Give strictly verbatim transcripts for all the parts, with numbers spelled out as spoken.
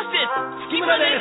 まして月村です。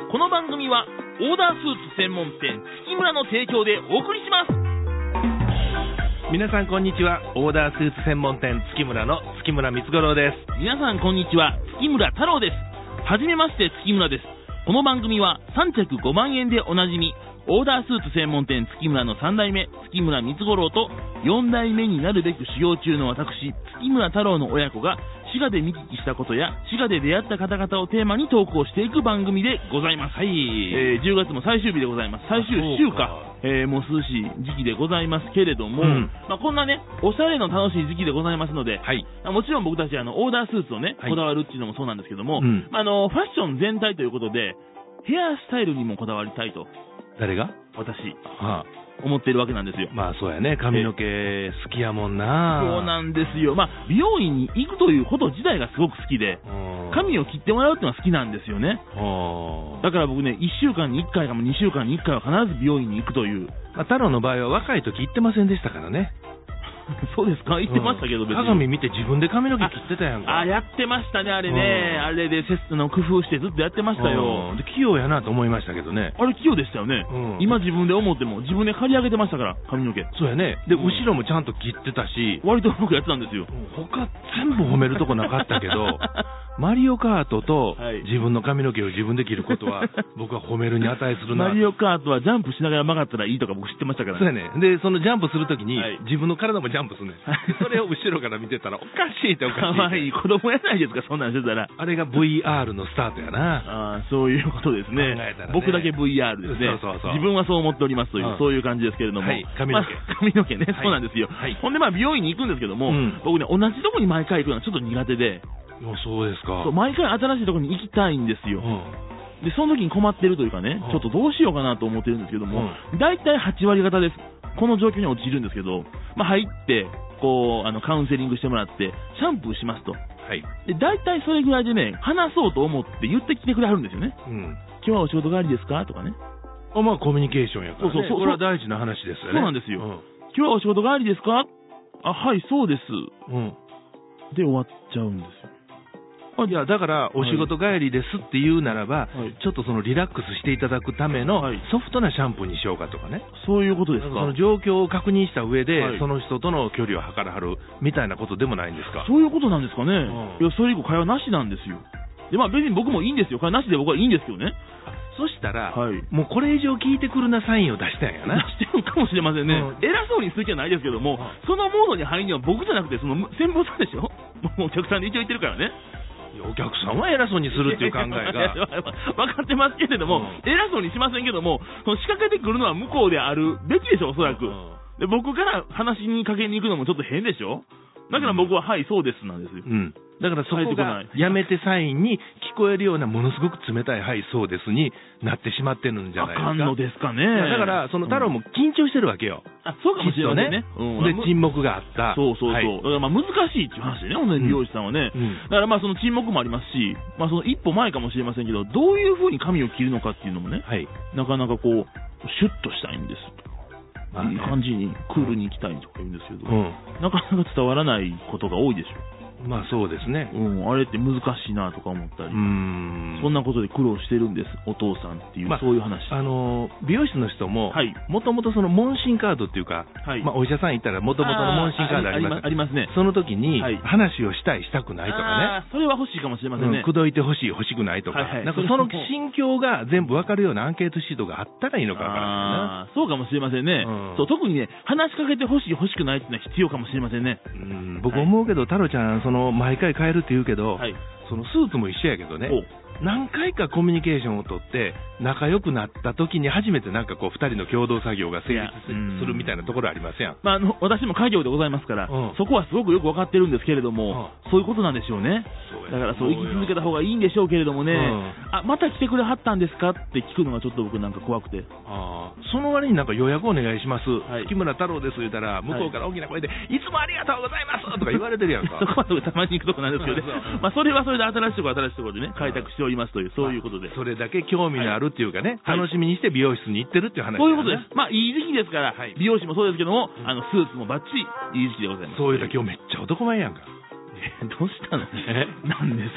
この番組はオーダースーツ専門店月村の提供でお送りします。 皆さんこんにちは。オーダースーツ専門店月村の月村光五郎です。 皆さんこんにちは。月村太郎です。はじめまして月村です。この番組はさん着ごまんえんでおなじみオーダースーツ専門店月村のさん代目月村光五郎とよん代目になるべく修行中の私月村太郎の親子が滋賀で見聞きしたことや滋賀で出会った方々をテーマに投稿していく番組でございます。はい、えー、じゅうがつも最終日でございます。最終週か、えー、もう涼しい時期でございますけれども、うん、まあ、こんなねおしゃれの楽しい時期でございますので、はい、もちろん僕たちあのオーダースーツをねこだわるっていうのもそうなんですけども、はい、うん、あのファッション全体ということでヘアスタイルにもこだわりたいと。 誰が？ 私、はあ、思ってるわけなんですよ。 まあそうやね、髪の毛好きやもんな。 そうなんですよ。まあ美容院に行くということ自体がすごく好きで、髪を切ってもらうっていうのは好きなんですよね。だから僕ね、いっしゅうかんにいっかいかもにしゅうかんにいっかいは必ず美容院に行くという。 まあ、太郎の場合は若い時行ってませんでしたからね。 そうですか、言ってましたけど、 別に鏡見て自分で髪の毛切ってたやんか。 あ、やってましたね、あれね。あれでセスの工夫してずっとやってましたよ。 で器用やなと思いましたけどね。 あれ器用でしたよね。今自分で思っても自分で刈り上げてましたから、髪の毛。 そうやね。で、後ろもちゃんと切ってたし、 割と僕やってたんですよ。 他全部褒めるとこなかったけど、マリオカートと自分の髪の毛を自分で切ることは僕は褒めるに値するな。 マリオカートはジャンプしながら曲がったらいいとか僕知ってましたから。 そうやね。で、そのジャンプするときに自分の体もジャンプするねん。それを後ろから見てたらおかしいっておかしい。かわいい子供やないですか、そんなんしてたら。 あれが ブイアール のスタートやな。 ああ、そういうことですね。ね、僕だけ ブイアール ですね。そうそうそう。自分はそう思っておりますという、うん、そういう感じですけれども。はい、 髪の毛。 まあ、髪の毛ね、はい、そうなんですよ。はい、ほんでまあ美容院に行くんですけども、うん、僕ね、同じとこに毎回行くのはちょっと苦手で。 そうですか。 そう、毎回新しいところに行きたいんですよ。うん、で、その時に困ってるというかね、うん、ちょっとどうしようかなと思ってるんですけども、だいたいはち割方です。この状況に陥るんですけど、まあ入って、こう、あの、カウンセリングしてもらって、シャンプーしますと。はい。で、大体それぐらいでね、話そうと思って言ってきてくれはるんですよね。うん。今日はお仕事帰りですかとかね。 あ、まあコミュニケーションやからね。そうそうそう。これは大事な話ですよね。 そうなんですよ。うん、今日はお仕事帰りですか？あ、はい、そうです。うん。で、終わっちゃうんですよ。 いや、だから、お仕事帰りですって言うならば、はい、ちょっとそのリラックスしていただくためのソフトなシャンプーにしようかとかね。 そういうことですか。 その状況を確認した上で、はい、その人との距離を測らはるみたいなことでもないんですか。 そういうことなんですかね。うん、いや、それ以降会話なしなんですよ。で、まあ別に僕もいいんですよ。会話なしで僕はいいんですけどね。 そしたら、はい、もうこれ以上聞いてくるなサインを出したんやな。 出してるかもしれませんね。うん、偉そうにする気はないですけども、うん、そのモードに入るには僕じゃなくて、その先方さんでしょ。もうお客さんで一応言ってるからね。 お客さんは偉そうにするっていう考えが分かってますけれども、うん、偉そうにしませんけども、その仕掛けてくるのは向こうであるべきでしょ、おそらく。うん、で僕から話にかけに行くのもちょっと変でしょ。だから僕は、うん、はい、そうですなんですよ。うん、 だからそこがやめてサインに聞こえるようなものすごく冷たいはいそうですになってしまってるんじゃないですか。 あかんのですかね。 だからその太郎も緊張してるわけよ。 うん、あ、そうかもしれませんね。 うん、で沈黙があった。 そうそうそう。はい、だからまあ難しいっていう話でね、本当に美容師さんはね。うん、だからまあその沈黙もありますし、まあその一歩前かもしれませんけど、どういうふうに髪を切るのかっていうのもね、はい、なかなかこうシュッとしたいんですと。いい感じにクールに行きたいとか言うんですけど、うん、なかなか伝わらないことが多いでしょ。 まあそうですね。 うん、あれって難しいなとか思ったり、うーん、そんなことで苦労してるんです、お父さんっていう、まあ、そういう話。 あの美容師の人も、もともとその問診カードっていうか、はい、まあお医者さん行ったらもともとの問診カードあります。 ありますね。 その時に、はい、話をしたいしたくないとかね。 それは欲しいかもしれませんね。 口説いてほしい欲しくないとか、はいはい、なんかその心境が全部わかるようなアンケートシートがあったらいいのかわからないな。 そうかもしれませんね。うん、そう特にね話しかけてほしい欲しくないっていうのは必要かもしれませんね。 うん、僕思うけど、太郎ちゃんその毎回変えるって言うけど、はい、そのスーツも一緒やけどね。何回かコミュニケーションをとって仲良くなった時に初めてなんかこうふたりの共同作業が成立するみたいなところありますやん。 まあ、あの私も家業でございますから、うん、そこはすごくよく分かってるんですけれども、うん、そういうことなんでしょうね。そうだからそう生き続けた方がいいんでしょうけれどもね、うん、あまた来てくれはったんですかって聞くのがちょっと僕なんか怖くて。 あその割になんか予約お願いします、はい、月村太郎です言ったら向こうから大きな声で、はい、いつもありがとうございますとか言われてるやんか。 そこはたまに行くとこなんですけどねまあそれはそれで新しいところ新しいところでね開拓しておりますという、そういうことで、 それだけ興味のあるっていうかね、はい、楽しみにして美容室に行ってるっていう話、ね、 そういうことです。まあいい時期ですから、はい、美容師もそうですけども、うん、あのスーツもバッチリいい時期でございます。 そういうと今日めっちゃ男前やんか。 どうしたのなんでそんなこと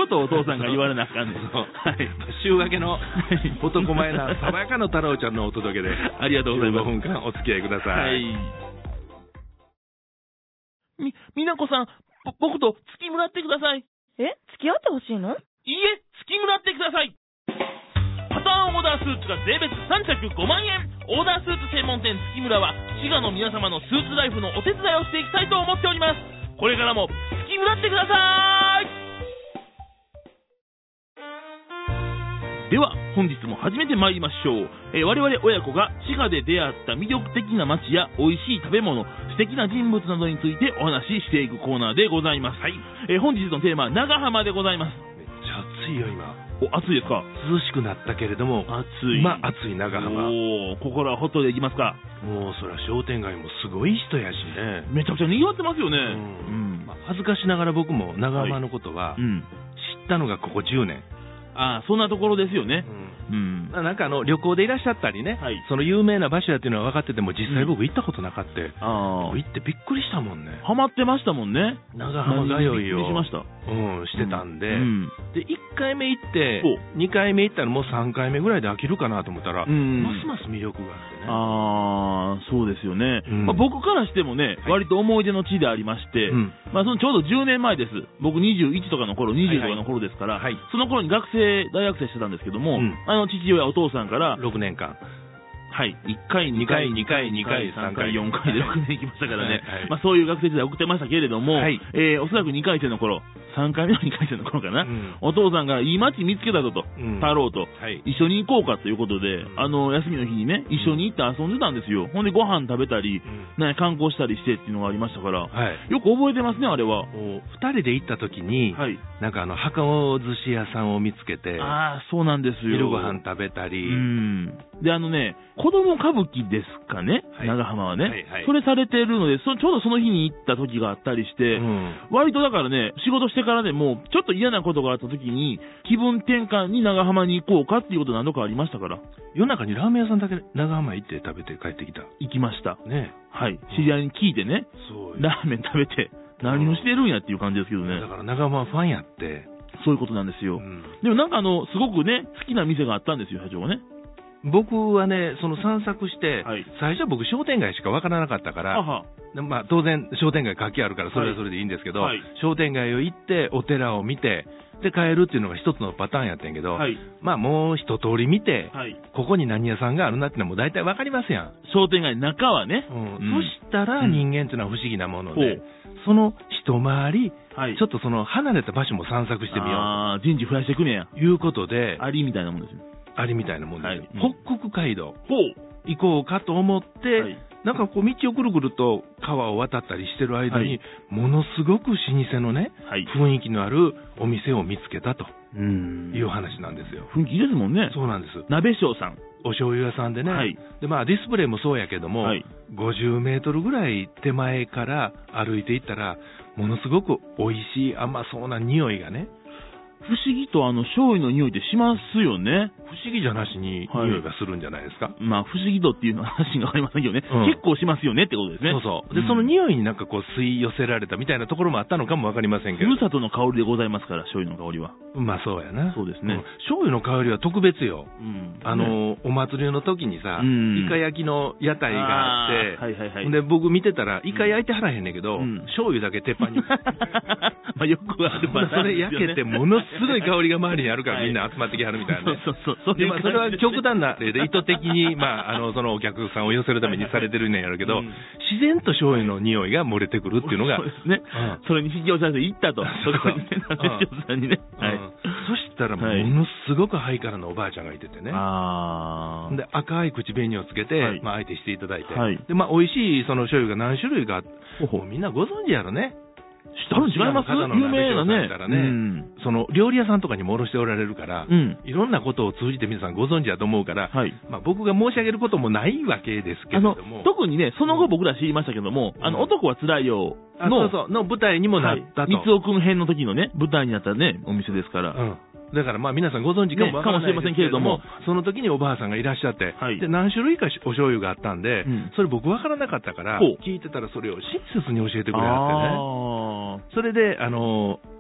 ことをお父さんが言われなあかんねん。はい。 週明けの男前な爽やかの太郎ちゃんのお届けで、 ありがとうございます。 じゅうごふんかんお付き合いください。はい。 み、みなこさん、ぼ僕と月村ってください。 え、付き合ってほしいの？ いいえ、月村ってください。パターンオーダースーツが税別さん着ごまんえん。オーダースーツ専門店月村は、滋賀の皆様のスーツライフのお手伝いをしていきたいと思っております。これからも月村ってください。では本日も始めてまいりましょう。えー、我々親子が滋賀で出会った魅力的な街や美味しい食べ物、素敵な人物などについてお話ししていくコーナーでございます。はい。えー、本日のテーマは長浜でございます。 めっちゃ暑いよ今。 お、暑いですか？ 涼しくなったけれども、 暑い。 まあ暑い長浜。 おー、心はホットでいきますか？ もうそりゃ商店街もすごい人やしね。 めちゃくちゃ賑わってますよね。うん。 うん、まあ、恥ずかしながら僕も長浜のことは、はい、うん、知ったのがここじゅうねん。 ああ、そんなところですよね。 うん。うん、なんかあの旅行でいらっしゃったりね、はい、その有名な場所やっていうのは分かってても、実際僕行ったことなかった。うん、ああ。行ってびっくりしたもんね。 ハマってましたもんね。 長浜がよいよ。 びっくりしました。 うん、してたんで。うん、で、いっかいめ行って、にかいめ行ったらもうさんかいめぐらいで飽きるかなと思ったら、うん、ますます魅力があってね。 ああ、そうですよね。うん、まあ、僕からしてもね、はい、割と思い出の地でありまして、うん、まあそのちょうどじゅうねんまえです。僕にじゅういちとかの頃、にじゅうとかの頃ですから、はいはい、その頃に学生、大学生してたんですけども、うん、あの父親、お父さんから、 ろくねんかん。 はい。いっかい、にかい、 にかい、にかい、 さんかい、よんかいでろくねん行きましたからね。はいはい、まあそういう学生時代送ってましたけれども、はい、えー、おそらくにかい生の頃、さんかいめのにかい生の頃かな、うん、お父さんがいい街見つけたぞと、うん、太郎と、はい、一緒に行こうかということで、うん、あの、休みの日にね、一緒に行って遊んでたんですよ。ほんでご飯食べたり、うん、ね、観光したりしてっていうのがありましたから、はい、よく覚えてますね、あれは。 二人で行った時に、はい、なんかあの、墓寿司屋さんを見つけて、 ああ、そうなんですよ。 昼ご飯食べたり、うん。で、あのね、子供歌舞伎ですかね、はい、長浜はね、はいはい、それされてるのでそ、ちょうどその日に行った時があったりして、うん、割とだからね、仕事してからでも、ちょっと嫌なことがあった時に、気分転換に長浜に行こうかっていうこと何度かありましたから。 夜中にラーメン屋さんだけ長浜行って食べて帰ってきた。 行きました。 ね。 はい。知り合いに聞いてね、うん、ラーメン食べて、何をしてるんやっていう感じですけどね。 だから長浜ファンやって。 そういうことなんですよ。うん、でもなんかあの、すごくね、好きな店があったんですよ、社長はね。 僕はね、その散策して、はい、最初は僕商店街しかわからなかったから、はまあ当然商店街活気あるからそれはそれでいいんですけど、はい、商店街を行ってお寺を見て、で帰るっていうのが一つのパターンやったんやけど、はい、まあもう一通り見て、はい、ここに何屋さんがあるなってのはもう大体わかりますやん。 商店街の中はね。 うんうん、そしたら人間っていうのは不思議なもので、うん、その一回り、はい、ちょっとその離れた場所も散策してみようと。 ああ、人事増やしていくねや。 いうことで、 ありみたいなもんですよ。 ありみたいなもんですよ、 はい、 北国街道行こうかと思って、はい、なんかこう道をくるくると川を渡ったりしてる間に、はい、ものすごく老舗のね、はい、雰囲気のあるお店を見つけたという話なんですよ。 雰囲気いいですもんね。 そうなんです。 鍋匠さん。 お醤油屋さんでね、はい、でまあ、ディスプレイもそうやけども、はい、ごじゅうメートルぐらい手前から歩いていったらものすごく美味しい甘そうな匂いがね、 不思議とあの醤油の匂いってしますよね。 不思議じゃなしに匂いがするんじゃないですか。はい、 まあ不思議度っていうのは話がありませんけどね、うん、結構しますよねってことですね。 そうそう。で、うん、その匂いになんかこう吸い寄せられたみたいなところもあったのかもわかりませんけど。 ふるさとの香りでございますから、醤油の香りは。 まあそうやな。 そうですね。うん、 醤油の香りは特別よ。うん、あの、ね、お祭りの時にさ、うん、イカ焼きの屋台があって、はいはいはい、で僕見てたらイカ焼いてはらへんねんけど、うん、醤油だけ鉄板に。 まあよくあるパターンですよね。 それ焼けてものすごい香りが周りにあるからみんな集まってきはるみたいな、ね。そうそうそう。でまあそれは極端な例で意図的にまああのそのお客さんを寄せるためにされてるんやろうけど、うん、自然と醤油の匂いが漏れてくるっていうのが、そうですね。 うん、それに引き寄せられて行ったと。そこにね、さんにね。 はい。そしたらものすごくハイカラなおばあちゃんがいててね。ああ。で赤い口紅をつけて、はい、まあ相手していただいて、はい、でまあ美味しいその醤油が何種類か、みんなご存知やろね。 知ってる違います？有名なね。 からね、うん、その料理屋さんとかにも卸しておられるから、うん、いろんなことを通じて皆さんご存知だと思うから、はい、まあ僕が申し上げることもないわけですけれども、 特にね、その後僕ら知りましたけども、うん、あの男はつらいよの、 そうそうの舞台にもなったと。 三つくん編の時のね舞台になったねお店ですから。うん、 だからまあ皆さんご存知かもわからないですけれども、ね、その時におばあさんがいらっしゃって、はい、で何種類かお醤油があったんで、うん、それ僕わからなかったから聞いてたらそれを親切に教えてくれはってね。それであの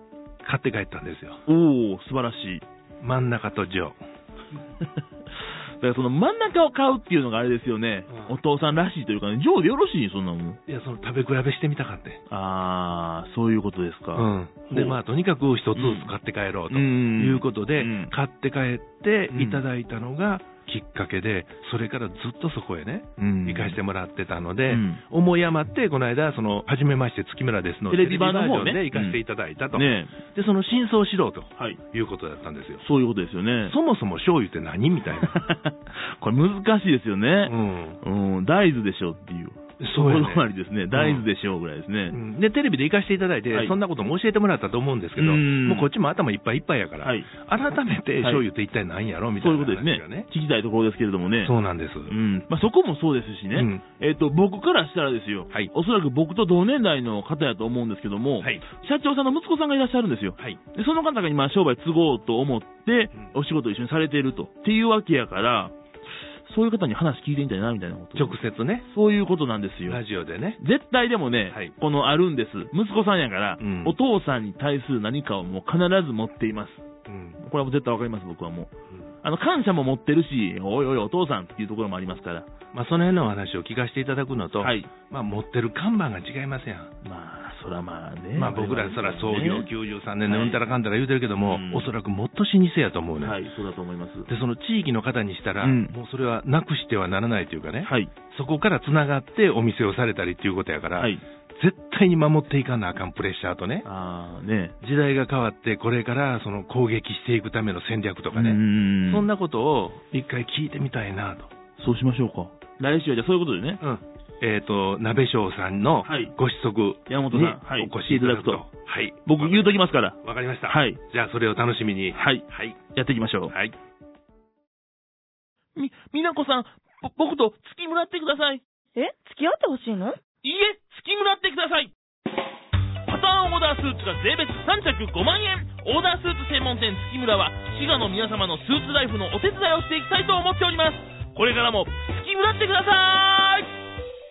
買って帰ったんですよ。 おお、素晴らしい。 真ん中とジョー。 だからその真ん中を買うっていうのがあれですよね、うん、お父さんらしいというかね、ジョーでよろしい、そんなもん。 いや、その食べ比べしてみたかって。 あー、そういうことですか。 うん。で、まあ、とにかく一つずつ買って帰ろうということで、うんうん、買って帰っていただいたのが、きっかけで、それからずっとそこへね、うん、行かしてもらってたので、うん、思い余って、この間、その、はじめまして、月村ですのテレビ版の方ね、 で行かせていただいたと、 うんね。 で、その真相を知ろうと、はい、いうことだったんですよ。 そういうことですよね。 そもそも醤油って何みたいな。 これ難しいですよね。うん。うん、大豆でしょっていう。そういうのですね。大豆でしょうぐらいですね、 うん。で、テレビで行かせていただいて、はい、そんなことも教えてもらったと思うんですけど、もうこっちも頭いっぱいいっぱいやから、はい、改めて醤油って一体何やろみたいな、ね。 そういうことですね。聞きたいところですけれどもね。 そうなんです。うん。まあ、そこもそうですしね。うん、えっと、僕からしたらですよ、はい、おそらく僕と同年代の方やと思うんですけども、はい、社長さんの息子さんがいらっしゃるんですよ。はい、でその方が今商売継ごうと思って、お仕事一緒にされていると。っていうわけやから、そういう方に話聞いてみたいなみたいなこと。 直接ね。 そういうことなんですよ。 ラジオでね。 絶対でもね、はい、このあるんです。息子さんやから、うん、お父さんに対する何かをもう必ず持っています。うん、これはもう絶対わかります、僕はもう。うん、あの、感謝も持ってるし、おいおいお父さんっていうところもありますから。 まあ、その辺のお話を聞かせていただくのと、はい、まあ、持ってる看板が違いますやん。 まあ、そらまあね。 まあ、僕らそら創業きゅうじゅうさんねんのうんたらかんたら言うてるけども、はい、おそらくもっと老舗やと思うね。 はい、そうだと思います。 で、その地域の方にしたら、うん、もうそれはなくしてはならないというかね、はい、そこから繋がってお店をされたりっていうことやから、はい、絶対に守っていかなあかんプレッシャーとね、あね時代が変わってこれからその攻撃していくための戦略とかね、んそんなことを一回聞いてみたいなと。 そうしましょうか。来週はじゃあそういうことでね。 うん。えっ、ー、と、鍋翔さんのご子息山本さん、はい、 お越しいただくと。はい。 僕言うときますから。 わかりました。 はい。 じゃあそれを楽しみに。 はい。はい。やっていきましょう。 はい。 み、みなこさん、ぼ僕と月もらってください。 え付き合ってほしいの？ いいえ、月もらってください。パターンオーダースーツが税別さん着ごまんえん。オーダースーツ専門店月村は、滋賀の皆様のスーツライフのお手伝いをしていきたいと思っております。これからも月もらってください。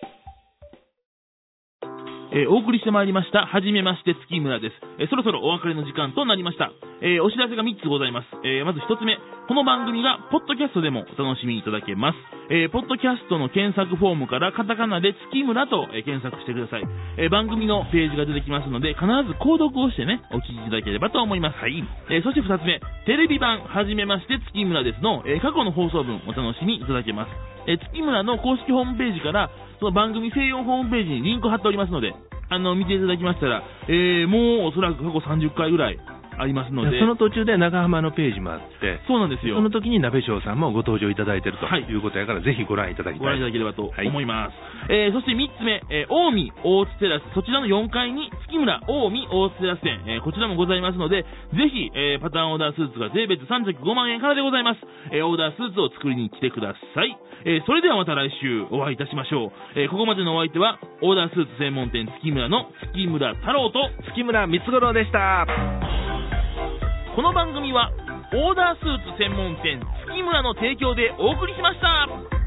えー、お送りしてまいりました。はじめまして、月村です。えー、そろそろお別れの時間となりました。えー、お知らせがみっつございます。えー、まずひとつめ、この番組が、ポッドキャストでもお楽しみいただけます。えー、ポッドキャストの検索フォームからカタカナで月村と、えー、検索してください。えー、番組のページが出てきますので、必ず購読をしてね、お聞きいただければと思います。はい。えー、そしてふたつめ、テレビ版、はじめまして、月村ですの、えー、過去の放送分お楽しみいただけます。えー、月村の公式ホームページから、その番組専用ホームページにリンク貼っておりますので、あの、見ていただきましたら、えー、もうおそらく過去さんじゅっかいぐらいありますので。 その途中で長浜のページもあって、 そうなんですよ。 その時に鍋翔さんもご登場いただいているということやから、はい、ぜひご覧いただきたい。 ご覧いただければと思います。はい、えー、そしてみっつめ、えー、近江大津テラス、そちらのよんかいに月村近江大津テラス店、えー、こちらもございますので、ぜひ、えー、パターンオーダースーツが税別さん着ごまんえんからでございます。えー、オーダースーツを作りに来てください。えー、それではまた来週お会いいたしましょう。えー、ここまでのお相手は、オーダースーツ専門店月村の月村太郎と月村光五郎でした。 この番組は、オーダースーツ専門店月村の提供でお送りしました。